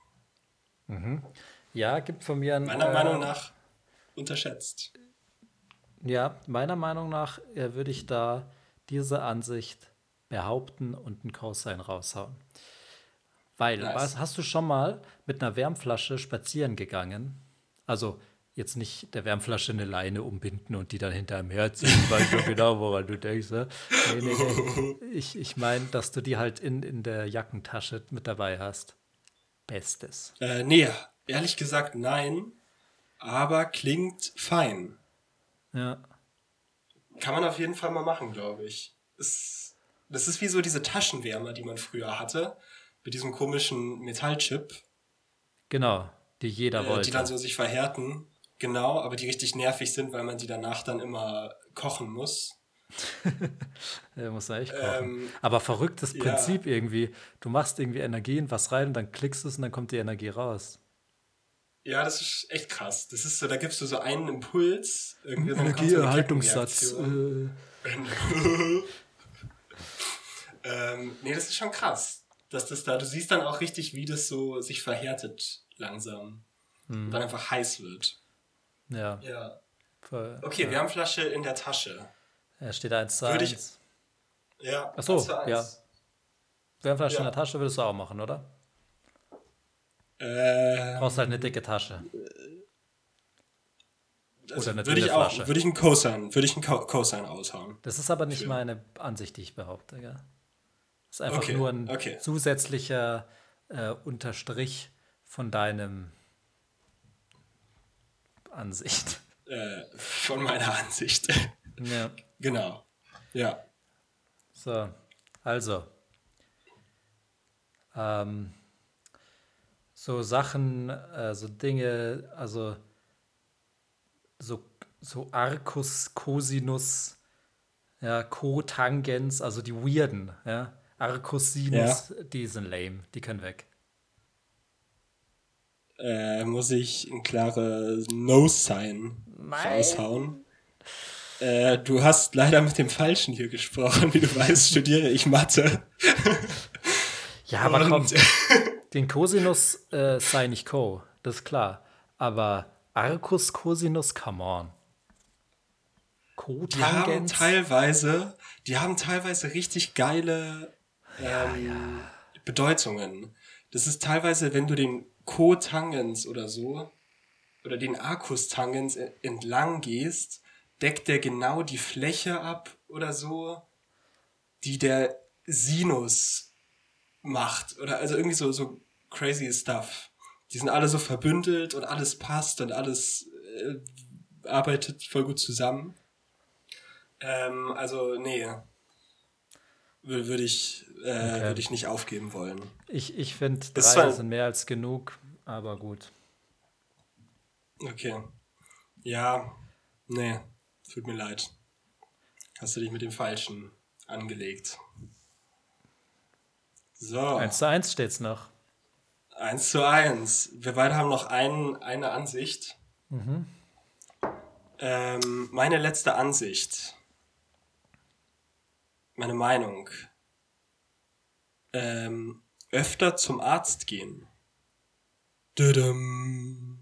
Ja, gibt von mir ein. Meiner äh, Meinung nach unterschätzt. Ja, meiner Meinung nach äh, würde ich da diese Ansicht behaupten und einen Cosine raushauen. Weil, Nice. was, hast du schon mal mit einer Wärmflasche spazieren gegangen? Also jetzt nicht der Wärmflasche eine Leine umbinden und die dann hinterm Herz ziehen, weil du genau, woran du denkst. Ne? Nee, nee, nee. Ich, ich meine, dass du die halt in, in der Jackentasche mit dabei hast. Bestes. Äh, nee, ehrlich gesagt nein. Aber klingt fein. Ja. Kann man auf jeden Fall mal machen, glaube ich. Es, das ist wie so diese Taschenwärmer, die man früher hatte. Mit diesem komischen Metallchip, Genau, die jeder äh, wollte. die dann so sich verhärten. Genau, aber die richtig nervig sind, weil man die danach dann immer kochen muss. Ja, muss man echt kochen. Ähm, Aber verrücktes ja. Prinzip irgendwie. Du machst irgendwie Energie in was rein und dann klickst du es und dann kommt die Energie raus. Ja, das ist echt krass. Das ist so, da gibst du so einen Impuls, irgendwie dann kommt so eine Energieerhaltungssatz. Kettenreaktion. Äh. ähm, nee, das ist schon krass. Dass das da, du siehst dann auch richtig, wie das so sich verhärtet langsam. Und dann einfach heiß wird. Ja. Ja. Voll, Okay, ja. wir haben Flasche in der Tasche. Ja, steht eins zu Würde ich- eins. Ja. Ach so, eins zu eins. ja. Wir haben Flasche Ja. in der Tasche, würdest du auch machen, oder? Ähm, Brauchst halt eine dicke Tasche. also oder eine würde ich dünne auch, Flasche. würde ich einen Cosign, würde ich einen Co- Cosign raushauen. Das ist aber nicht Für- meine Ansicht, die ich behaupte. Gell? Das ist einfach Okay, nur ein okay. zusätzlicher äh, Unterstrich von deinem Ansicht. Äh, von meiner Ansicht. Ja. Genau. Ja. So, also. Ähm, so Sachen, äh, so Dinge, also so, so Arcus, Cosinus, ja, Cotangens, also die Weirden, ja. Arcus, Sinus, die sind lame, die können weg. Äh, muss ich ein klares No-Sign raushauen? Äh, du hast leider mit dem Falschen hier gesprochen. Wie du weißt, studiere ich Mathe. Ja, aber Und- komm, den Cosinus äh, sei nicht Co, das ist klar. Aber Arcus, Cosinus, come on. Die haben Cotangens? teilweise, die haben teilweise richtig geile ähm, Bedeutungen. Das ist teilweise, wenn du den Cotangens oder so, oder den Arcus-Tangens entlang gehst, deckt der genau die Fläche ab oder so, die der Sinus macht. Oder also irgendwie so, so crazy stuff. Die sind alle so verbündelt und alles passt und alles äh, arbeitet voll gut zusammen. Ähm, also, nee. Wür- Würde ich, äh, Okay. würde ich nicht aufgeben wollen. Ich, ich finde, Das drei war- sind mehr als genug, aber gut. Okay. Ja, nee. Tut mir leid. Hast du dich mit dem Falschen angelegt. So. Eins zu eins steht's noch. Eins zu eins. Wir beide haben noch ein, eine Ansicht. Ähm, meine letzte Ansicht. Meine Meinung. Ähm, öfter zum Arzt gehen. Düdüm.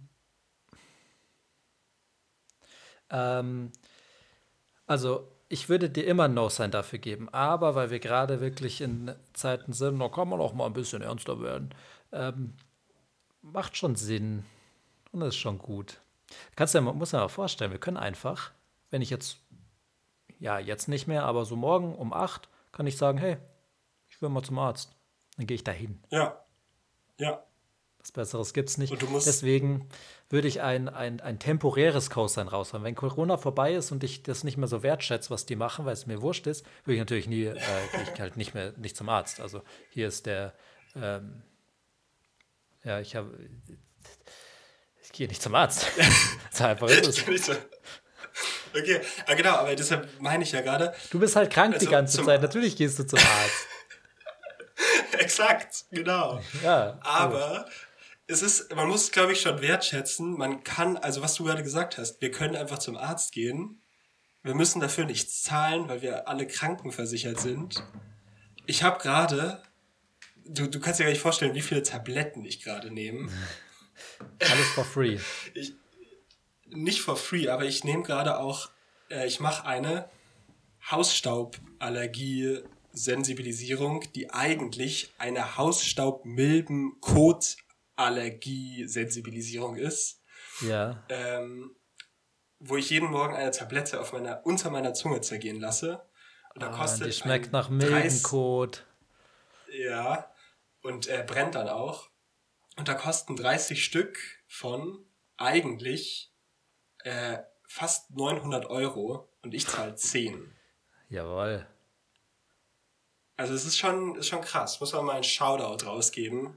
Ähm, also, ich würde dir immer ein No-Sign dafür geben, aber weil wir gerade wirklich in Zeiten sind, da kann man auch mal ein bisschen ernster werden. Ähm, macht schon Sinn und ist schon gut. Kannst du ja, muss ja mal vorstellen, wir können einfach, wenn ich jetzt, ja, jetzt nicht mehr, aber so morgen um acht, kann ich sagen, hey, ich will mal zum Arzt. Dann gehe ich dahin. Ja. Ja. Was Besseres gibt's nicht. Und du musst- Deswegen würde ich ein, ein, ein temporäres Cosign raushauen. Wenn Corona vorbei ist und ich das nicht mehr so wertschätze, was die machen, weil es mir wurscht ist, würde ich natürlich nie, äh, gehe ich halt nicht mehr nicht zum Arzt. Also hier ist der, ähm, ja, ich habe, ich gehe nicht zum Arzt. So einfach ist es. Nicht so. Okay, ah, genau, aber deshalb meine ich ja gerade, Du bist halt krank die Also ganze zum- Zeit. Natürlich gehst du zum Arzt. exakt, genau. Ja. Aber es ist, man muss es, glaube ich, schon wertschätzen. Man kann, also was du gerade gesagt hast, wir können einfach zum Arzt gehen. Wir müssen dafür nichts zahlen, weil wir alle krankenversichert sind. Ich habe gerade, du, du kannst dir gar nicht vorstellen, wie viele Tabletten ich gerade nehme. Alles for free. Nicht for free, aber ich nehme gerade auch, äh, ich mache eine Hausstauballergie-Sensibilisierung, die eigentlich eine Hausstaub-Milben-Kot-Allergie-Sensibilisierung ist, Ja. ähm, wo ich jeden Morgen eine Tablette auf meiner, unter meiner Zunge zergehen lasse. Und da Ah, kostet die schmeckt ein nach dreißig Milbenkot. Ja, und äh, brennt dann auch. Und da kosten dreißig Stück von eigentlich äh, fast neunhundert Euro und ich zahle zehn. Jawohl. Also es ist schon, ist schon krass. Muss man mal einen Shoutout rausgeben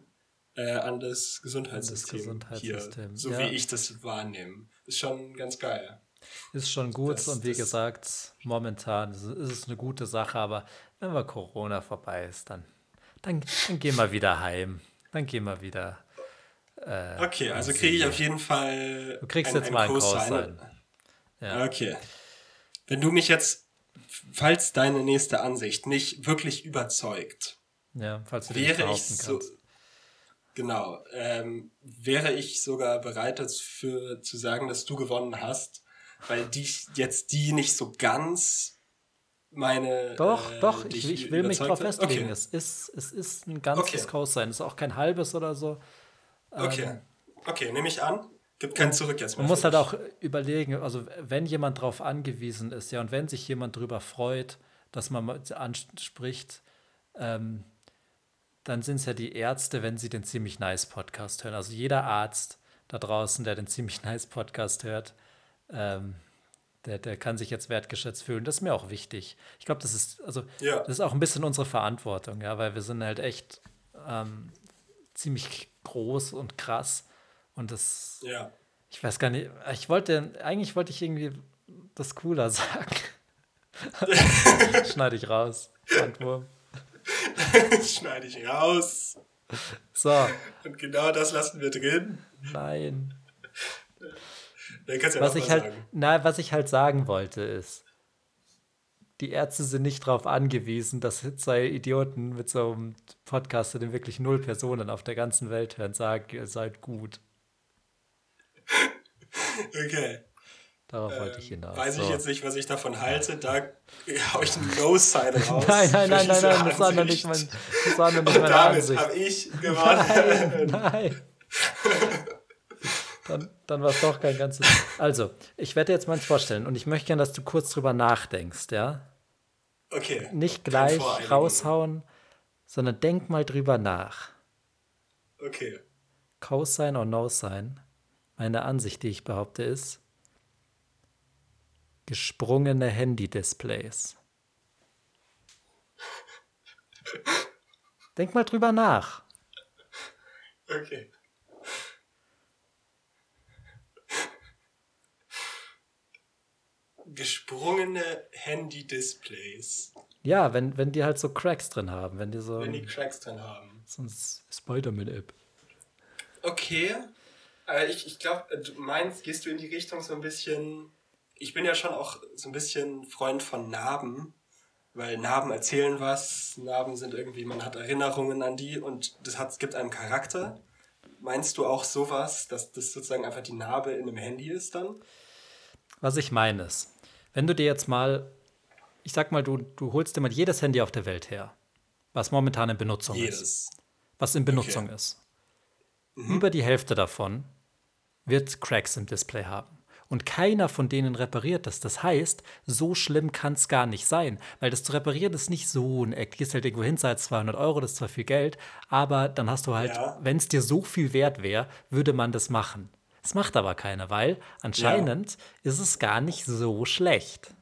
äh, an das Gesundheitssystem, das Gesundheitssystem, hier, so ja. wie ich das wahrnehme. Ist schon ganz geil. Ist schon gut Das- und wie das- gesagt, momentan ist es eine gute Sache, aber wenn mal Corona vorbei ist, dann, dann, dann gehen wir wieder heim. Dann gehen wir wieder. Okay, also kriege ich auf jeden Fall. Du kriegst ein- jetzt ein mal einen Co-Sign. Co-Sign. Ja. Okay. Wenn du mich jetzt, falls deine nächste Ansicht mich wirklich überzeugt, Ja, falls du dich wäre ich behaupten so. kannst. Genau, ähm, wäre ich sogar bereit dafür zu sagen, dass du gewonnen hast, weil die jetzt die nicht so ganz meine. Doch, äh, doch, ich, dich ich will mich überzeugt drauf hat. festlegen. Okay. Es ist, es ist ein ganzes Okay. Co-Sign. Es ist auch kein halbes oder so. Okay, okay, nehme ich an. Gibt kein Zurück jetzt mehr. Man muss für halt dich. auch überlegen, also wenn jemand darauf angewiesen ist, ja, und wenn sich jemand darüber freut, dass man mal anspricht, ähm, dann sind es ja die Ärzte, wenn sie den Ziemlich Nice Podcast hören. Also jeder Arzt da draußen, der den Ziemlich Nice Podcast hört, ähm, der, der kann sich jetzt wertgeschätzt fühlen. Das ist mir auch wichtig. Ich glaube, das ist, also Ja. das ist auch ein bisschen unsere Verantwortung, ja, weil wir sind halt echt ähm, ziemlich groß und krass. Und das, Ja. ich weiß gar nicht, ich wollte, eigentlich wollte ich irgendwie das cooler sagen. Schneide ich raus. Bandwurm. Das schneide ich raus. So, Und genau das lassen wir drin. nein. Dann kannst du ja Was noch ich mal halt, sagen. na, was ich halt sagen wollte ist, die Ärzte sind nicht darauf angewiesen, dass zwei Idioten mit so einem Podcast, den wirklich null Personen auf der ganzen Welt hören, sagen, ihr seid gut. Okay. Darauf wollte ich hinaus. Weiß ich So. jetzt nicht, was ich davon halte. Da hau ich einen No-Sign raus. Nein, nein, für nein, nein, diese nein, das war noch nicht, Ansicht. mein, das war noch nicht Und meine damit Ansicht. habe ich gewonnen. Nein. Dann, dann war es doch kein ganzes. Also, ich werde dir jetzt mal eins vorstellen und ich möchte gerne, dass du kurz drüber nachdenkst, ja? Okay. Nicht Kein gleich Voreinigen. raushauen, sondern denk mal drüber nach. Okay. Co-Sign or No-Sign? Meine Ansicht, die ich behaupte, ist gesprungene Handy-Displays. Denk mal drüber nach. Okay. Gesprungene Handy-Displays, Ja, wenn, wenn die halt so Cracks drin haben, wenn die so, wenn die Cracks drin haben. so eine Spider-Man-App. Okay. Aber ich, ich glaube, du meinst, gehst du in die Richtung so ein bisschen. Ich bin ja schon auch so ein bisschen Freund von Narben, weil Narben erzählen was. Narben sind irgendwie, man hat Erinnerungen an die und das hat, gibt einem Charakter. Meinst du auch sowas, dass das sozusagen einfach die Narbe in einem Handy ist dann? Was ich meine ist, wenn du dir jetzt mal, ich sag mal, du, du holst dir mal jedes Handy auf der Welt her, was momentan in Benutzung ist. Jedes. Was in Benutzung Okay. ist. Über die Hälfte davon wird Cracks im Display haben. Und keiner von denen repariert das. Das heißt, so schlimm kann es gar nicht sein. Weil das zu reparieren ist nicht so ein Eck. Gehst halt irgendwo hin, zahlst zweihundert Euro, das ist zwar viel Geld, aber dann hast du halt, Ja. wenn es dir so viel wert wäre, würde man das machen. Das macht aber keiner, weil anscheinend ist es gar nicht so schlecht.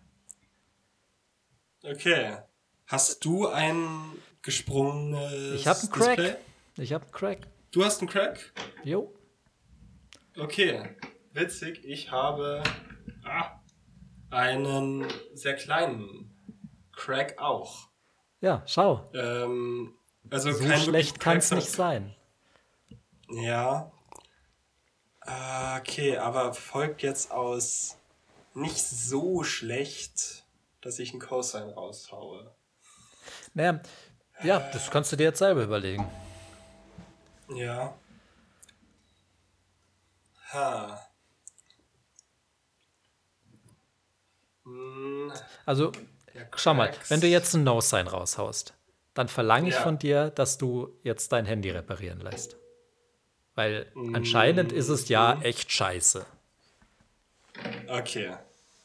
Okay. Hast du ein gesprungenes Ich habe einen Crack. Display? Ich habe einen Crack. Du hast einen Crack? Jo. Okay. Witzig, ich habe ah, einen sehr kleinen Crack auch. Ja, schau. Ähm, also So kein schlecht kann es Crack, nicht sein. Ja. Ah, okay, aber folgt jetzt aus nicht so schlecht, dass ich einen Cosign raushaue. Naja, ja, das kannst du dir jetzt selber überlegen. Ja. Ha. Hm, Also, ja, schau mal, Cracks. wenn du jetzt ein No-Sign raushaust, dann verlange ich Ja. von dir, dass du jetzt dein Handy reparieren lässt. Weil anscheinend ist es ja echt scheiße. Okay.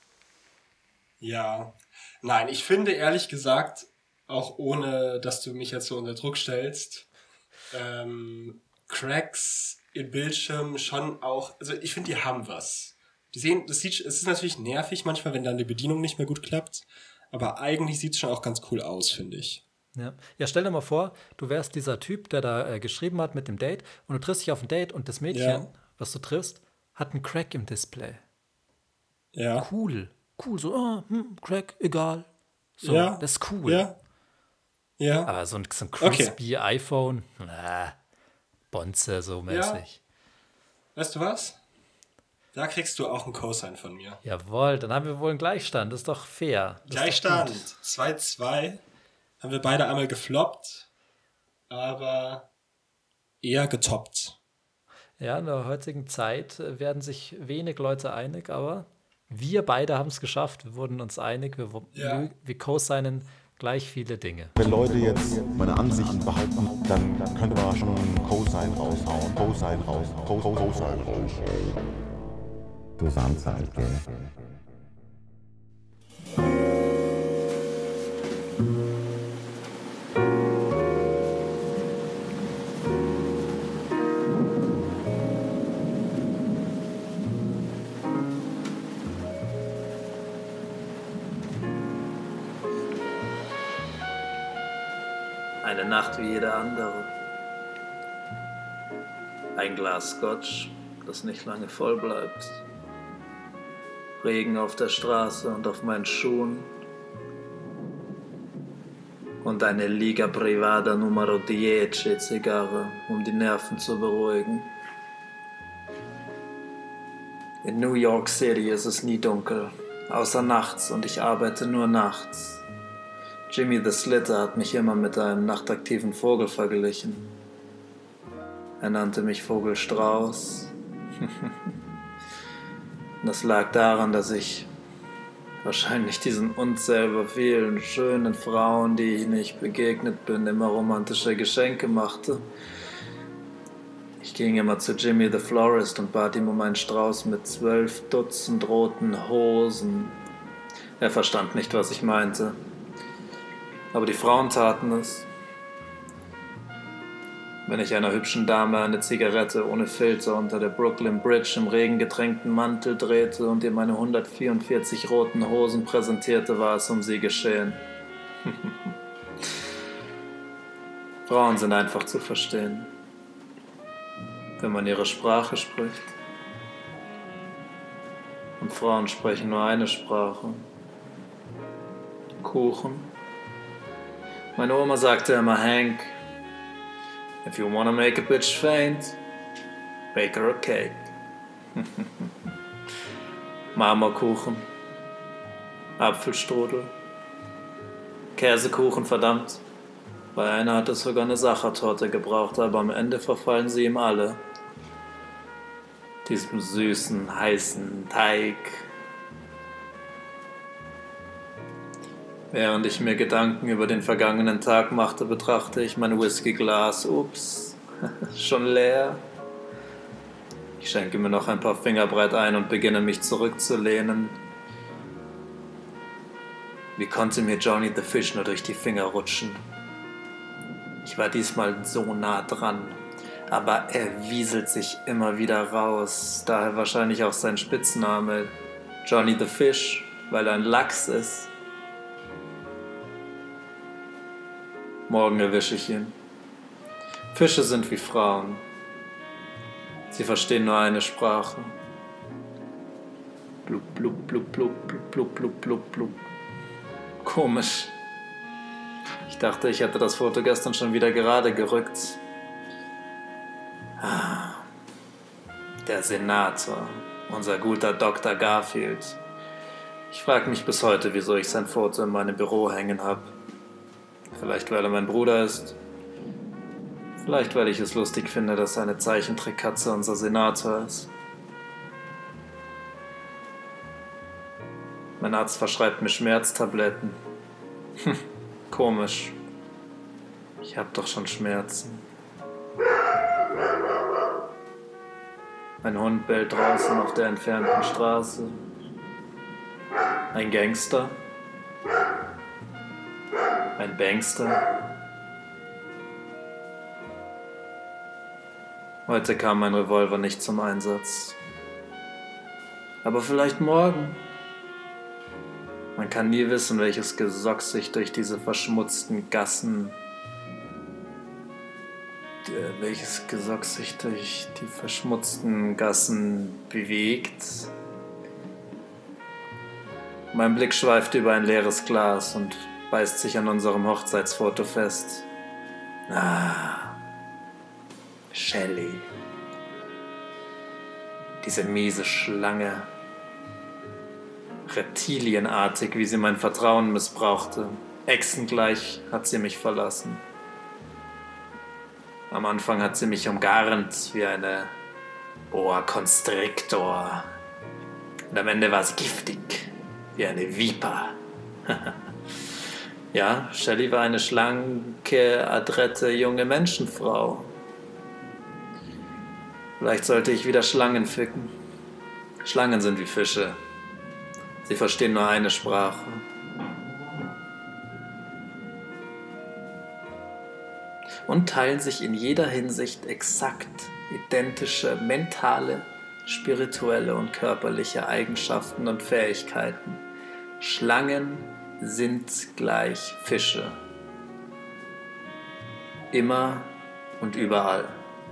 Ja. Nein, ich finde ehrlich gesagt, auch ohne, dass du mich jetzt so unter Druck stellst, ähm, Cracks im Bildschirm schon auch, also ich finde, die haben was. Die sehen, das sieht, es ist natürlich nervig manchmal, wenn dann die Bedienung nicht mehr gut klappt, aber eigentlich sieht es schon auch ganz cool aus, finde ich. Ja. ja, stell dir mal vor, du wärst dieser Typ, der da äh, geschrieben hat mit dem Date und du triffst dich auf ein Date und das Mädchen, Ja. was du triffst, hat einen Crack im Display. Ja. Cool. Cool, so, ah, hm, Crack, egal. So, Ja. das ist cool. Ja. Ja. Aber so ein, so ein crispy iPhone, na, Bonze so mäßig. Weißt du was? Da kriegst du auch einen Cosign von mir. Jawohl, dann haben wir wohl einen Gleichstand. Das ist doch fair. Das Gleichstand. ist doch gut. zwei zwei. Haben wir beide einmal gefloppt, aber eher getoppt. Ja, in der heutigen Zeit äh, werden sich wenig Leute einig, aber wir beide haben es geschafft. Wir wurden uns einig. Wir, wo- Ja. wir, wir co-signen gleich viele Dinge. Wenn Leute jetzt meine Ansichten behaupten, dann, dann könnte man schon einen Cosign raushauen. Cosign raushauen. Co- Co- Cosign raushauen. Du Sandzeit, gell? Eine Nacht wie jede andere. Ein Glas Scotch, das nicht lange voll bleibt. Regen auf der Straße und auf meinen Schuhen. Und eine Liga Privada Numero zehn Zigarre, um die Nerven zu beruhigen. In New York City ist es nie dunkel, außer nachts, und ich arbeite nur nachts. Jimmy the Slitter hat mich immer mit einem nachtaktiven Vogel verglichen. Er nannte mich Vogelstrauß. Das lag daran, dass ich wahrscheinlich diesen unzählbar vielen schönen Frauen, die ich nicht begegnet bin, immer romantische Geschenke machte. Ich ging immer zu Jimmy the Florist und bat ihm um einen Strauß mit zwölf Dutzend roten Hosen. Er verstand nicht, was ich meinte. Aber die Frauen taten es. Wenn ich einer hübschen Dame eine Zigarette ohne Filter unter der Brooklyn Bridge im regengetränkten Mantel drehte und ihr meine hundertvierundvierzig roten Hosen präsentierte, war es um sie geschehen. Frauen sind einfach zu verstehen, wenn man ihre Sprache spricht. Und Frauen sprechen nur eine Sprache. Kuchen. Meine Oma sagte immer, Hank, if you wanna make a bitch faint, bake her a cake. Marmorkuchen, Apfelstrudel, Käsekuchen, verdammt. Bei einer hat es sogar eine Sachertorte gebraucht, aber am Ende verfallen sie ihm alle. Diesem süßen, heißen Teig. Während ich mir Gedanken über den vergangenen Tag machte, betrachte ich mein Whiskyglas. Ups, schon leer. Ich schenke mir noch ein paar Fingerbreit ein und beginne mich zurückzulehnen. Wie konnte mir Johnny the Fish nur durch die Finger rutschen? Ich war diesmal so nah dran, aber er wieselt sich immer wieder raus. Daher wahrscheinlich auch sein Spitzname Johnny the Fish, weil er ein Lachs ist. Morgen erwische ich ihn. Fische sind wie Frauen. Sie verstehen nur eine Sprache. Blub, blub, blub, blub, blub, blub, blub, blub, blub. Komisch. Ich dachte, ich hätte das Foto gestern schon wieder gerade gerückt. Ah, der Senator, unser guter Doktor Garfield. Ich frage mich bis heute, wieso ich sein Foto in meinem Büro hängen habe. Vielleicht, weil er mein Bruder ist. Vielleicht, weil ich es lustig finde, dass seine Zeichentrickkatze unser Senator ist. Mein Arzt verschreibt mir Schmerztabletten. Hm, komisch. Ich habe doch schon Schmerzen. Ein Hund bellt draußen auf der entfernten Straße. Ein Gangster. Ein Bankster. Heute kam mein Revolver nicht zum Einsatz. Aber vielleicht morgen. Man kann nie wissen, welches Gesock sich durch diese verschmutzten Gassen, äh, welches Gesock sich durch die verschmutzten Gassen bewegt. Mein Blick schweift über ein leeres Glas und beißt sich an unserem Hochzeitsfoto fest. Ah, Shelley. Diese miese Schlange. Reptilienartig, wie sie mein Vertrauen missbrauchte. Echsengleich hat sie mich verlassen. Am Anfang hat sie mich umgarnt wie eine Boa Constrictor. Und am Ende war sie giftig, wie eine Viper. Ja, Shelley war eine schlanke, adrette junge Menschenfrau. Vielleicht sollte ich wieder Schlangen ficken. Schlangen sind wie Fische. Sie verstehen nur eine Sprache. Und teilen sich in jeder Hinsicht exakt identische mentale, spirituelle und körperliche Eigenschaften und Fähigkeiten. Schlangen sind gleich Fische. Immer und überall.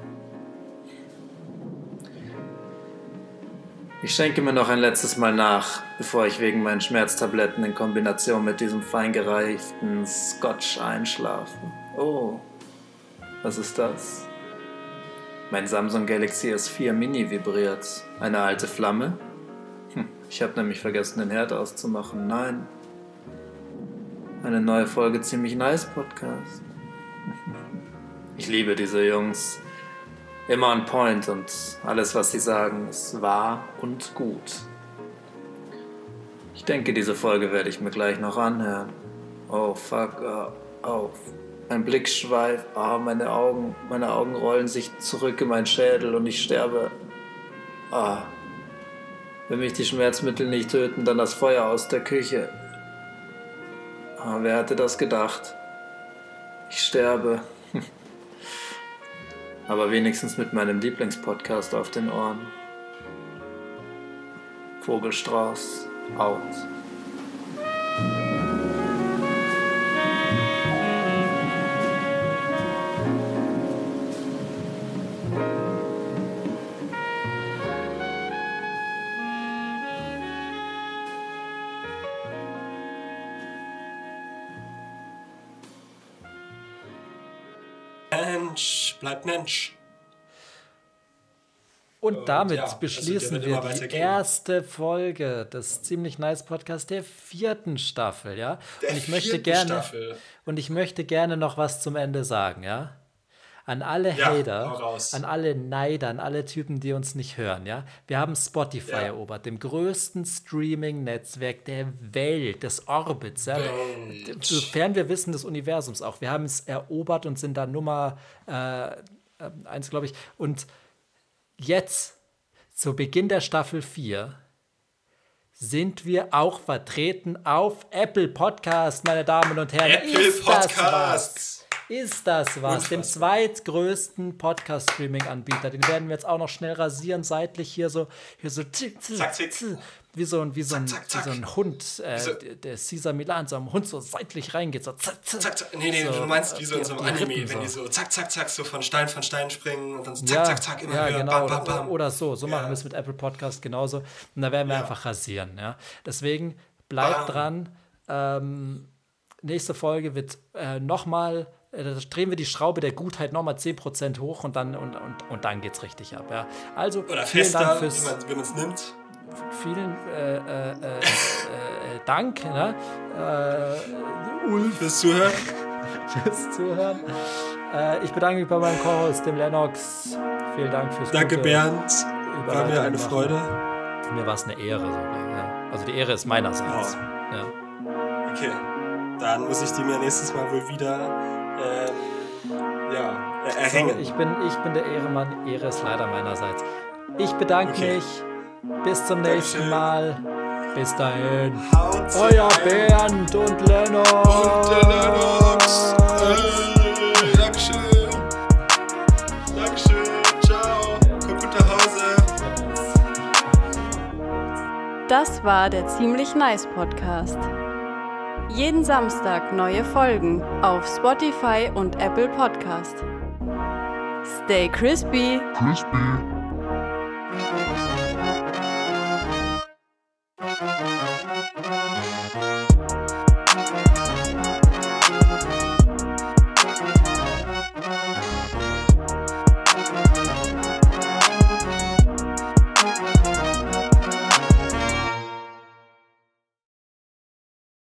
Ich schenke mir noch ein letztes Mal nach, bevor ich wegen meinen Schmerztabletten in Kombination mit diesem fein gereiften Scotch einschlafe. Oh, was ist das? Mein Samsung Galaxy S vier Mini vibriert. Eine alte Flamme? Hm, ich habe nämlich vergessen, den Herd auszumachen. Nein. Eine neue Folge Ziemlich Nice Podcast. Ich liebe diese Jungs. Immer on point und alles, was sie sagen, ist wahr und gut. Ich denke, diese Folge werde ich mir gleich noch anhören. Oh, fuck, uh, auf. Mein Blick schweift, oh, meine Augen, meine Augen rollen sich zurück in meinen Schädel und ich sterbe. Oh. Wenn mich die Schmerzmittel nicht töten, dann das Feuer aus der Küche. Oh, wer hätte das gedacht? Ich sterbe. Aber wenigstens mit meinem Lieblingspodcast auf den Ohren. Vogelstrauß, out. Mensch, bleibt Mensch. Und, Und damit ja, also beschließen der wird immer wir die weitergehen. erste Folge des Ziemlich Nice Podcast der vierten Staffel, ja. Der und ich möchte vierten gerne Staffel. und ich möchte gerne noch was zum Ende sagen, ja. An alle Ja, hau Hater, raus. an alle Neider, an alle Typen, die uns nicht hören, ja. Wir haben Spotify Ja. erobert, dem größten Streaming-Netzwerk der Welt, des Orbits, ja. Welt. Sofern wir wissen, des Universums auch. Wir haben es erobert und sind da Nummer äh, äh, eins, glaube ich. Und jetzt, zu Beginn der Staffel vier, sind wir auch vertreten auf Apple Podcast, meine Damen und Herren. Apple Ist das Podcast. was? Ist das was? Dem Unfassbar. zweitgrößten Podcast-Streaming-Anbieter. Den werden wir jetzt auch noch schnell rasieren, seitlich hier so, hier so zick, zick, Zack, zick. zick, wie so ein, wie so ein, Zack, zack, wie so ein zack. Hund, äh, so- der- der Caesar Milan, so einem Hund so seitlich reingeht, so zack, zack. Zack, zack. Nee, nee, So, du meinst wie so in auf so einem die Anime, Rippen wenn die so. so zack, zack, zack, so von Stein von Stein springen und dann so zack, Ja, zack, zack, immer ja, höher, genau. bam, bam, bam. Oder, oder so. So Ja. machen wir es mit Apple Podcast genauso. Und da werden wir Ja. einfach rasieren. Ja? Deswegen bleibt Bam. dran. Ähm, nächste Folge wird äh, nochmal, äh, da drehen wir die Schraube der Gutheit nochmal zehn Prozent hoch und dann, und, und, und dann geht's richtig ab. Ja? Also, Oder vielen fester, Dank wie fürs, man wie man es nimmt. vielen äh, äh, äh, äh, Dank, ne? äh, Ulf, Fürs Zuhören. fürs Zuhören. Äh, ich bedanke mich bei meinem Co-Host, dem Lennox. Vielen Dank fürs Danke, gute Bernd. War Überleitung mir eine machen. Freude. Mir war es eine Ehre sogar. Ja. Also die Ehre ist meinerseits. Ja. Okay. Dann muss ich die mir nächstes Mal wohl wieder ähm, ja, er- erringen. So, ich, bin, ich bin der Ehrenmann. Ehre ist leider meinerseits. Ich bedanke Okay. mich. Bis zum nächsten Dankeschön. Mal. Bis dahin. Haut Euer rein. Bernd und Lennox. Und der Lennox. Äh, Dankeschön. Dankeschön. Ciao. Kommt gut nach Hause. Das war der Ziemlich Nice Podcast. Jeden Samstag neue Folgen auf Spotify und Apple Podcast. Stay crispy. Crispy.